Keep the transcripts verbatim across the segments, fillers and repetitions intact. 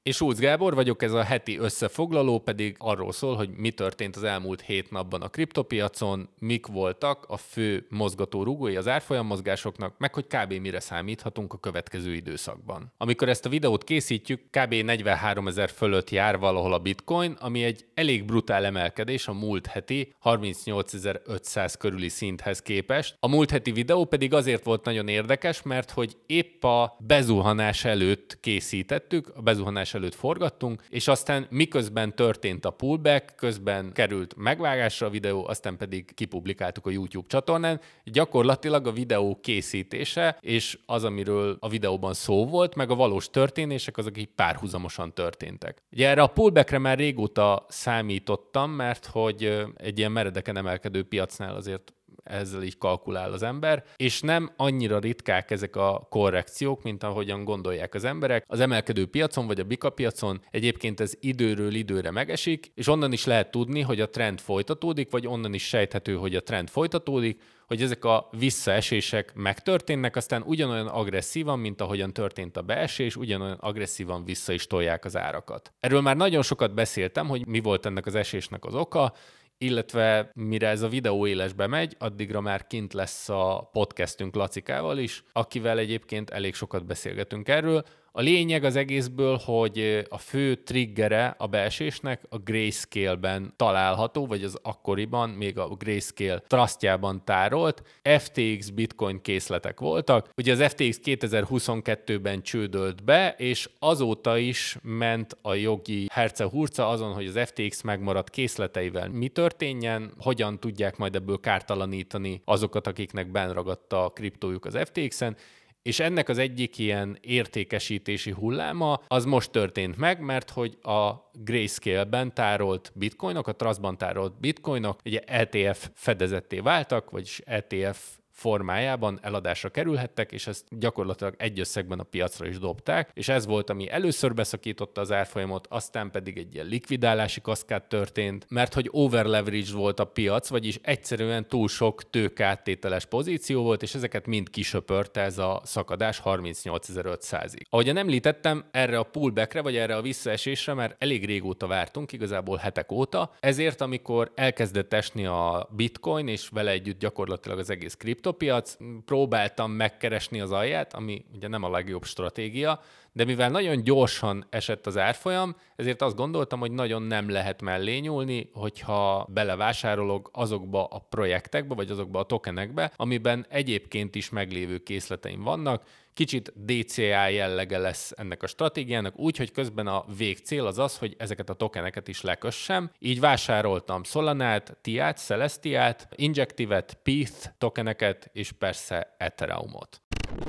És Schulz Gábor vagyok, ez a heti összefoglaló pedig arról szól, hogy mi történt az elmúlt hét napban a kriptopiacon, mik voltak a fő mozgatórugói az árfolyammozgásoknak, meg hogy kb. Mire számíthatunk a következő időszakban. Amikor ezt a videót készítjük, kb. negyvenháromezer fölött jár valahol a bitcoin, ami egy elég brutál emelkedés a múlt heti harmincnyolcezer-ötszáz körüli szinthez képest. A múlt heti videó pedig azért volt nagyon érdekes, mert hogy épp a bezuhanás előtt készítettük, a bezuhanás előtt forgattunk, és aztán miközben történt a pullback, közben került megvágásra a videó, aztán pedig kipublikáltuk a YouTube csatornán. Gyakorlatilag a videó készítése, és az, amiről a videóban szó volt, meg a valós történések, azok így párhuzamosan történtek. Ugye erre a pullbackre már régóta számítottam, mert hogy egy ilyen meredeken emelkedő piacnál azért ezzel így kalkulál az ember, és nem annyira ritkák ezek a korrekciók, mint ahogyan gondolják az emberek. Az emelkedő piacon vagy a bika piacon egyébként ez időről időre megesik, és onnan is lehet tudni, hogy a trend folytatódik, vagy onnan is sejthető, hogy a trend folytatódik, hogy ezek a visszaesések megtörténnek, aztán ugyanolyan agresszívan, mint ahogyan történt a beesés, ugyanolyan agresszívan vissza is tolják az árakat. Erről már nagyon sokat beszéltem, hogy mi volt ennek az esésnek az oka, illetve mire ez a videó élesbe megy, addigra már kint lesz a podcastünk Lacikával is, akivel egyébként elég sokat beszélgetünk erről. A lényeg az egészből, hogy a fő triggere a beesésnek a Grayscale-ben található, vagy az akkoriban még a Grayscale trustjában tárolt ef té iksz bitcoin készletek voltak. Ugye az ef té iksz kétezer-huszonkettőben csődölt be, és azóta is ment a jogi herce-hurca azon, hogy az ef té iksz megmaradt készleteivel mi történjen, hogyan tudják majd ebből kártalanítani azokat, akiknek benragadt a kriptójuk az ef té iksz-en, és ennek az egyik ilyen értékesítési hulláma az most történt meg, mert hogy a Grayscale-ben tárolt bitcoinok, a trustban tárolt bitcoinok ugye é té ef fedezetté váltak, vagyis é té ef formájában eladásra kerülhettek, és ezt gyakorlatilag egy összegben a piacra is dobták, és ez volt, ami először beszakította az árfolyamot, aztán pedig egy ilyen likvidálási kaszkád történt, mert hogy overleveraged volt a piac, vagyis egyszerűen túl sok tőkeáttételes pozíció volt, és ezeket mind kisöpörte ez a szakadás harmincnyolcezer-ötszázig. Ahogyan említettem, erre a pullbackre, vagy erre a visszaesésre már elég régóta vártunk, igazából hetek óta, ezért amikor elkezdett esni a bitcoin, és vele együtt gyakorlatilag az egész kripto piac, próbáltam megkeresni az alját, ami ugye nem a legjobb stratégia, de mivel nagyon gyorsan esett az árfolyam, ezért azt gondoltam, hogy nagyon nem lehet mellé nyúlni, hogyha belevásárolok azokba a projektekbe, vagy azokba a tokenekbe, amiben egyébként is meglévő készleteim vannak. Kicsit dé cé á jellege lesz ennek a stratégiának, úgyhogy közben a végcél az az, hogy ezeket a tokeneket is lekössem. Így vásároltam Solanát, Tiát, Celestiát, Injective-et, pé e té tokeneket, és persze Ethereumot.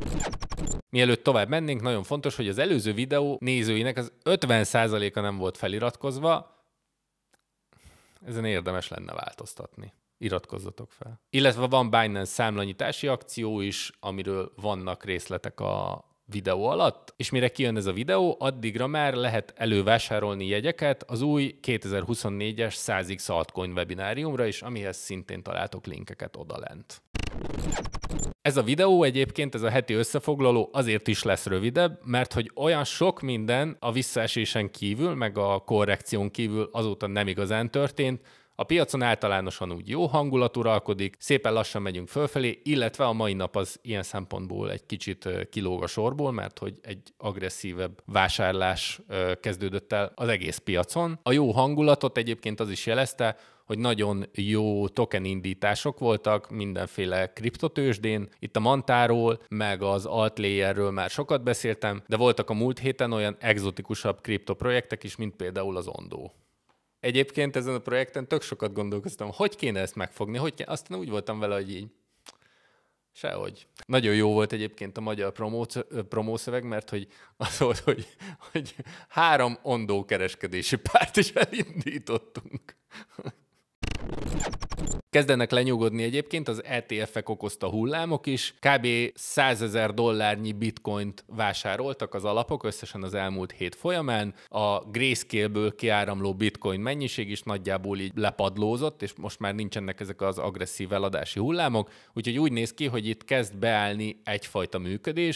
Mielőtt tovább mennénk, nagyon fontos, hogy az előző videó nézőinek az ötven százaléka nem volt feliratkozva. Ezen érdemes lenne változtatni. Iratkozzatok fel. Illetve van Binance számlanyítási akció is, amiről vannak részletek a videó alatt, és mire kijön ez a videó, addigra már lehet elővásárolni jegyeket az új kétezer-huszonnégyes száz x altcoin webináriumra is, amihez szintén találtok linkeket odalent. Ez a videó egyébként, ez a heti összefoglaló azért is lesz rövidebb, mert hogy olyan sok minden a visszaesésen kívül, meg a korrekción kívül azóta nem igazán történt. A piacon általánosan úgy jó hangulat uralkodik, szépen lassan megyünk fölfelé, illetve a mai nap az ilyen szempontból egy kicsit kilóg a sorból, mert hogy egy agresszívebb vásárlás kezdődött el az egész piacon. A jó hangulatot egyébként az is jelezte, hogy nagyon jó token indítások voltak mindenféle kriptotőzsdén. Itt a Mantáról, meg az Altlayerről már sokat beszéltem, de voltak a múlt héten olyan egzotikusabb kriptoprojektek is, mint például az Ondo. Egyébként ezen a projekten tök sokat gondolkoztam, hogy kéne ezt megfogni, hogy kéne? Aztán úgy voltam vele, hogy így sehogy. Nagyon jó volt egyébként a magyar promó, promószöveg, mert hogy az volt, hogy, hogy három Ondo kereskedési párt is elindítottunk. Kezdenek lenyugodni egyébként, az é té ef-ek okozta hullámok is. Kb. százezer dollárnyi bitcoint vásároltak az alapok összesen az elmúlt hét folyamán. A Grayscale-ből kiáramló bitcoin mennyiség is nagyjából így lepadlózott, és most már nincsenek ezek az agresszív eladási hullámok. Úgyhogy úgy néz ki, hogy itt kezd beállni egyfajta működés,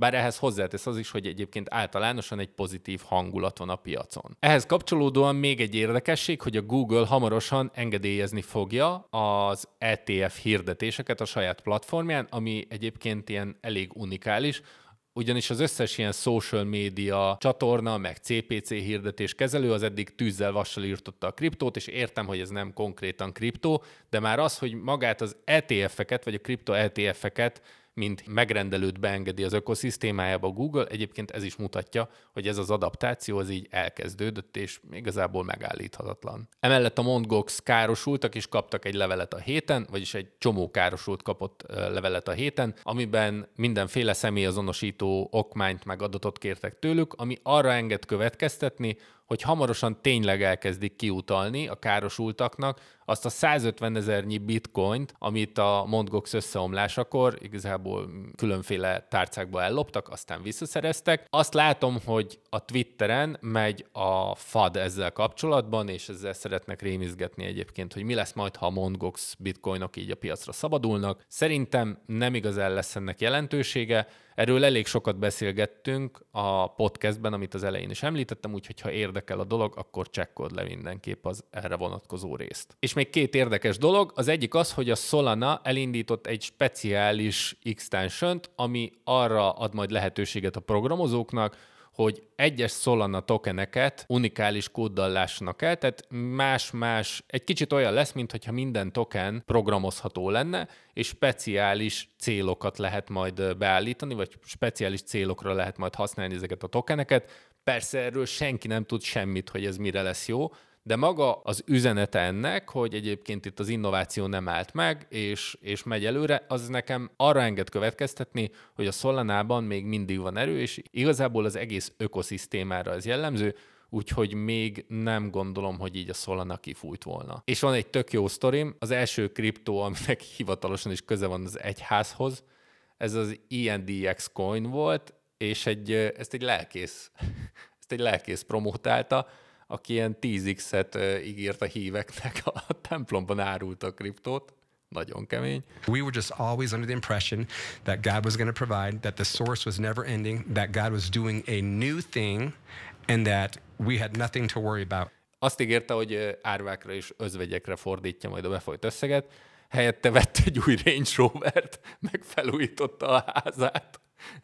bár ehhez hozzátesz az is, hogy egyébként általánosan egy pozitív hangulat van a piacon. Ehhez kapcsolódóan még egy érdekesség, hogy a Google hamarosan engedélyezni fogja az é té ef hirdetéseket a saját platformján, ami egyébként ilyen elég unikális, ugyanis az összes ilyen social media csatorna, meg cé pé cé hirdetés kezelő az eddig tűzzel vassal írtotta a kriptót, és értem, hogy ez nem konkrétan kriptó, de már az, hogy magát az é té ef-eket, vagy a kripto é té ef-eket mint megrendelőt beengedi az ökoszisztémájába a Google, egyébként ez is mutatja, hogy ez az adaptáció az így elkezdődött, és igazából megállíthatatlan. Emellett a Mt. Gox károsultak, és kaptak egy levelet a héten, vagyis egy csomó károsult kapott levelet a héten, amiben mindenféle személyazonosító okmányt meg adatot kértek tőlük, ami arra enged következtetni, hogy hamarosan tényleg elkezdik kiutalni a károsultaknak azt a százötvenezernyi bitcoint, amit a Mt. Gox összeomlásakor igazából különféle tárcákba elloptak, aztán visszaszereztek. Azt látom, hogy a Twitteren megy a fad ezzel kapcsolatban, és ezzel szeretnek rémizgetni egyébként, hogy mi lesz majd, ha a Mt. Gox bitcoinok így a piacra szabadulnak. Szerintem nem igazán lesz ennek jelentősége. Erről elég sokat beszélgettünk a podcastben, amit az elején is említettem, úgyhogy ha érdekel a dolog, akkor csekkold le mindenképp az erre vonatkozó részt. És még két érdekes dolog. Az egyik az, hogy a Solana elindított egy speciális extensiont, ami arra ad majd lehetőséget a programozóknak, hogy egyes Solana tokeneket unikális kóddal lássanak el, tehát más-más, egy kicsit olyan lesz, mintha minden token programozható lenne, és speciális célokat lehet majd beállítani, vagy speciális célokra lehet majd használni ezeket a tokeneket. Persze erről senki nem tud semmit, hogy ez mire lesz jó, de maga az üzenete ennek, hogy egyébként itt az innováció nem állt meg, és, és megy előre, az nekem arra enged következtetni, hogy a Solanában még mindig van erő, és igazából az egész ökoszisztémára ez jellemző, úgyhogy még nem gondolom, hogy így a Solana kifújt volna. És van egy tök jó sztorim, az első kriptó, aminek hivatalosan is köze van az egyházhoz, ez az i en dé iksz coin volt, és egy, ezt egy lelkész, ezt egy lelkész promotálta, aki ilyen tíz iksz-et ígért a híveknek, a templomban árulta a kriptót. Nagyon kemény. We were just always under the impression that God was going to provide, that the source was never ending, that God was doing a new thing, and that we had nothing to worry about. Azt ígérte, hogy árvákra és özvegyekre fordítja majd a befolyt összeget, helyette vett egy új Range Rovert, meg felújította a házát,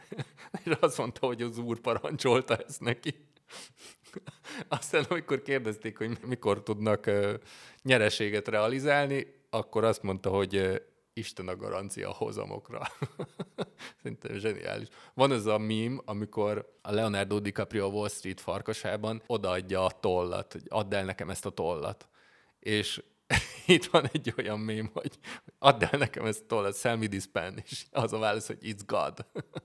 és azt mondta, hogy az úr parancsolta ezt neki. Aztán, amikor kérdezték, hogy mikor tudnak uh, nyereséget realizálni, akkor azt mondta, hogy uh, Isten a garancia a hozamokra. Szerintem zseniális. Van ez a meme, amikor a Leonardo DiCaprio a Wall Street farkasában odaadja a tollat, hogy add el nekem ezt a tollat. És itt van egy olyan meme, hogy add el nekem ezt a tollat, sell me this pen, és az a válasz, hogy it's God.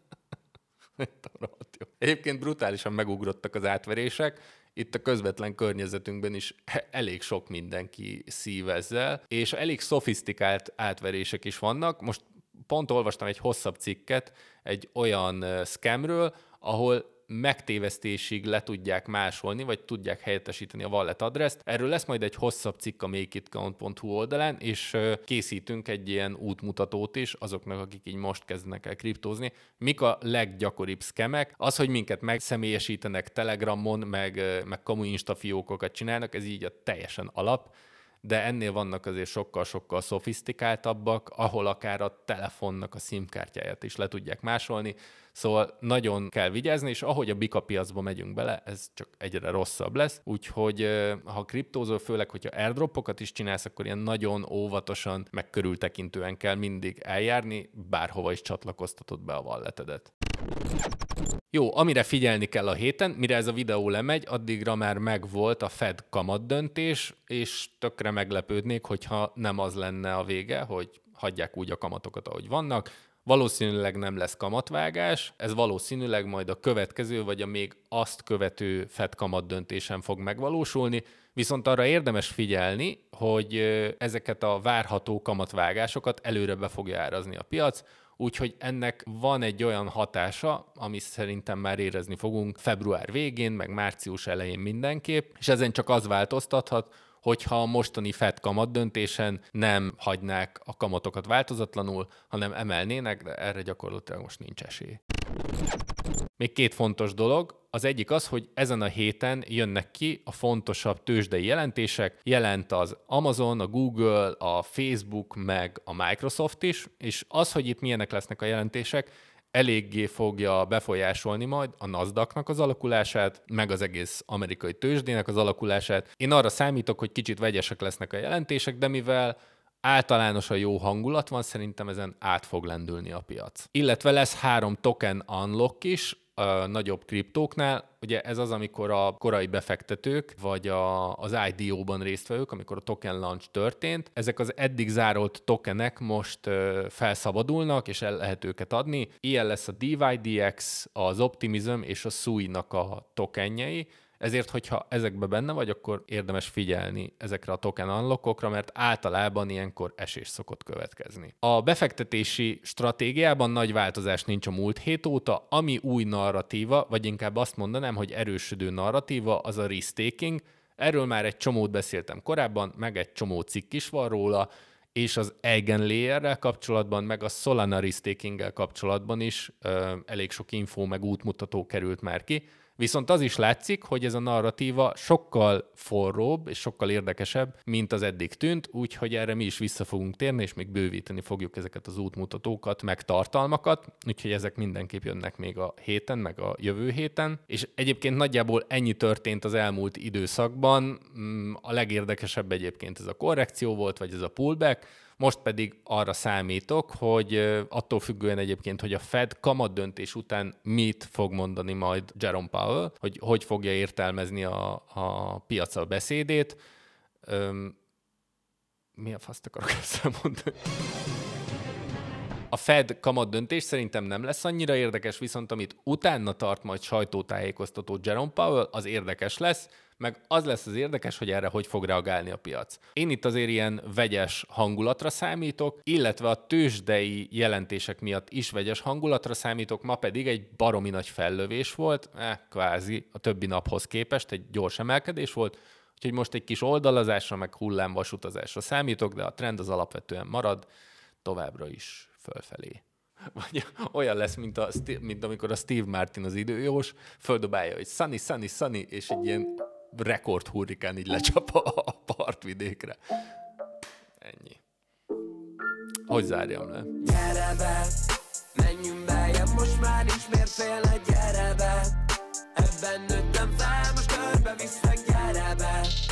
Egyébként brutálisan megugrottak az átverések, itt a közvetlen környezetünkben is elég sok mindenki szív ezzel, és elég szofisztikált átverések is vannak. Most pont olvastam egy hosszabb cikket egy olyan scamről, ahol megtévesztésig le tudják másolni, vagy tudják helyettesíteni a wallet adresszt. Erről lesz majd egy hosszabb cikk a makeitcount pont hu oldalán, és készítünk egy ilyen útmutatót is azoknak, akik így most kezdenek el kriptózni. Mik a leggyakoribb scamek? Az, hogy minket megszemélyesítenek Telegramon, meg, meg kamu Insta fiókokat csinálnak, ez így a teljesen alap, de ennél vannak azért sokkal-sokkal szofisztikáltabbak, ahol akár a telefonnak a SIM-kártyáját is le tudják másolni, szóval nagyon kell vigyázni, és ahogy a bika piacba megyünk bele, ez csak egyre rosszabb lesz, úgyhogy ha kriptózol, főleg, hogyha airdropokat is csinálsz, akkor ilyen nagyon óvatosan, meg körültekintően kell mindig eljárni, bárhova is csatlakoztatod be a walletedet. Jó, amire figyelni kell a héten, mire ez a videó lemegy, addigra már megvolt a Fed kamatdöntés, és tökre meglepődnék, hogyha nem az lenne a vége, hogy hagyják úgy a kamatokat, ahogy vannak. Valószínűleg nem lesz kamatvágás, ez valószínűleg majd a következő, vagy a még azt követő Fed kamatdöntésen fog megvalósulni, viszont arra érdemes figyelni, hogy ezeket a várható kamatvágásokat előre be fogja árazni a piac, úgyhogy ennek van egy olyan hatása, ami szerintem már érezni fogunk február végén, meg március elején mindenképp, és ezen csak az változtathat, hogyha a mostani Fed kamatdöntésen nem hagynák a kamatokat változatlanul, hanem emelnének, de erre gyakorlatilag most nincs esély. Még két fontos dolog. Az egyik az, hogy ezen a héten jönnek ki a fontosabb tőzsdei jelentések. Jelent az Amazon, a Google, a Facebook, meg a Microsoft is, és az, hogy itt milyenek lesznek a jelentések, eléggé fogja befolyásolni majd a Nasdaqnak az alakulását, meg az egész amerikai tőzsdének az alakulását. Én arra számítok, hogy kicsit vegyesek lesznek a jelentések, de mivel általánosan jó hangulat van, szerintem ezen át fog lendülni a piac. Illetve lesz három token unlock is, a nagyobb kriptóknál. Ugye ez az, amikor a korai befektetők, vagy a, az I D O-ban résztvevők, amikor a token launch történt, ezek az eddig zárolt tokenek most ö, felszabadulnak, és el lehet őket adni. Ilyen lesz a D Y D X, az Optimism és a S U I-nak a tokenjei. Ezért, hogyha ezekben benne vagy, akkor érdemes figyelni ezekre a token unlockokra, mert általában ilyenkor esés szokott következni. A befektetési stratégiában nagy változás nincs a múlt hét óta, ami új narratíva, vagy inkább azt mondanám, hogy erősödő narratíva, az a risk-taking. Erről már egy csomót beszéltem korábban, meg egy csomó cikk is van róla, és az Eigenlayer-rel kapcsolatban, meg a Solana risk-taking-gel kapcsolatban is ö, elég sok infó, meg útmutató került már ki. Viszont az is látszik, hogy ez a narratíva sokkal forróbb és sokkal érdekesebb, mint az eddig tűnt, úgyhogy erre mi is vissza fogunk térni, és még bővíteni fogjuk ezeket az útmutatókat, meg tartalmakat, úgyhogy ezek mindenképp jönnek még a héten, meg a jövő héten. És egyébként nagyjából ennyi történt az elmúlt időszakban. A legérdekesebb egyébként ez a korrekció volt, vagy ez a pullback. Most pedig arra számítok, hogy attól függően egyébként, hogy a Fed kamatdöntés után mit fog mondani majd Jerome Powell, hogy hogy fogja értelmezni a, a piac a beszédét. Öm, mi a faszt akarok ezzel mondani? A Fed kamatdöntés szerintem nem lesz annyira érdekes, viszont amit utána tart majd sajtótájékoztató Jerome Powell, az érdekes lesz, meg az lesz az érdekes, hogy erre hogy fog reagálni a piac. Én itt azért ilyen vegyes hangulatra számítok, illetve a tőzsdei jelentések miatt is vegyes hangulatra számítok, ma pedig egy baromi nagy fellövés volt, eh, kvázi a többi naphoz képest egy gyors emelkedés volt, úgyhogy most egy kis oldalazásra, meg hullámvasutazásra számítok, de a trend az alapvetően marad, továbbra is fölfelé. Vagy olyan lesz, mint, a, mint amikor a Steve Martin, az időjós, földobálja, hogy sunny, sunny, sunny, és egy ilyen rekordhurrikán így lecsap a partvidékre. Ennyi. Hogy zárjam le? Gyere be, menjünk beljebb, most már nincs miért félned, gyere be. Ebben nőttem fel, most körbe viszlek, gyere be.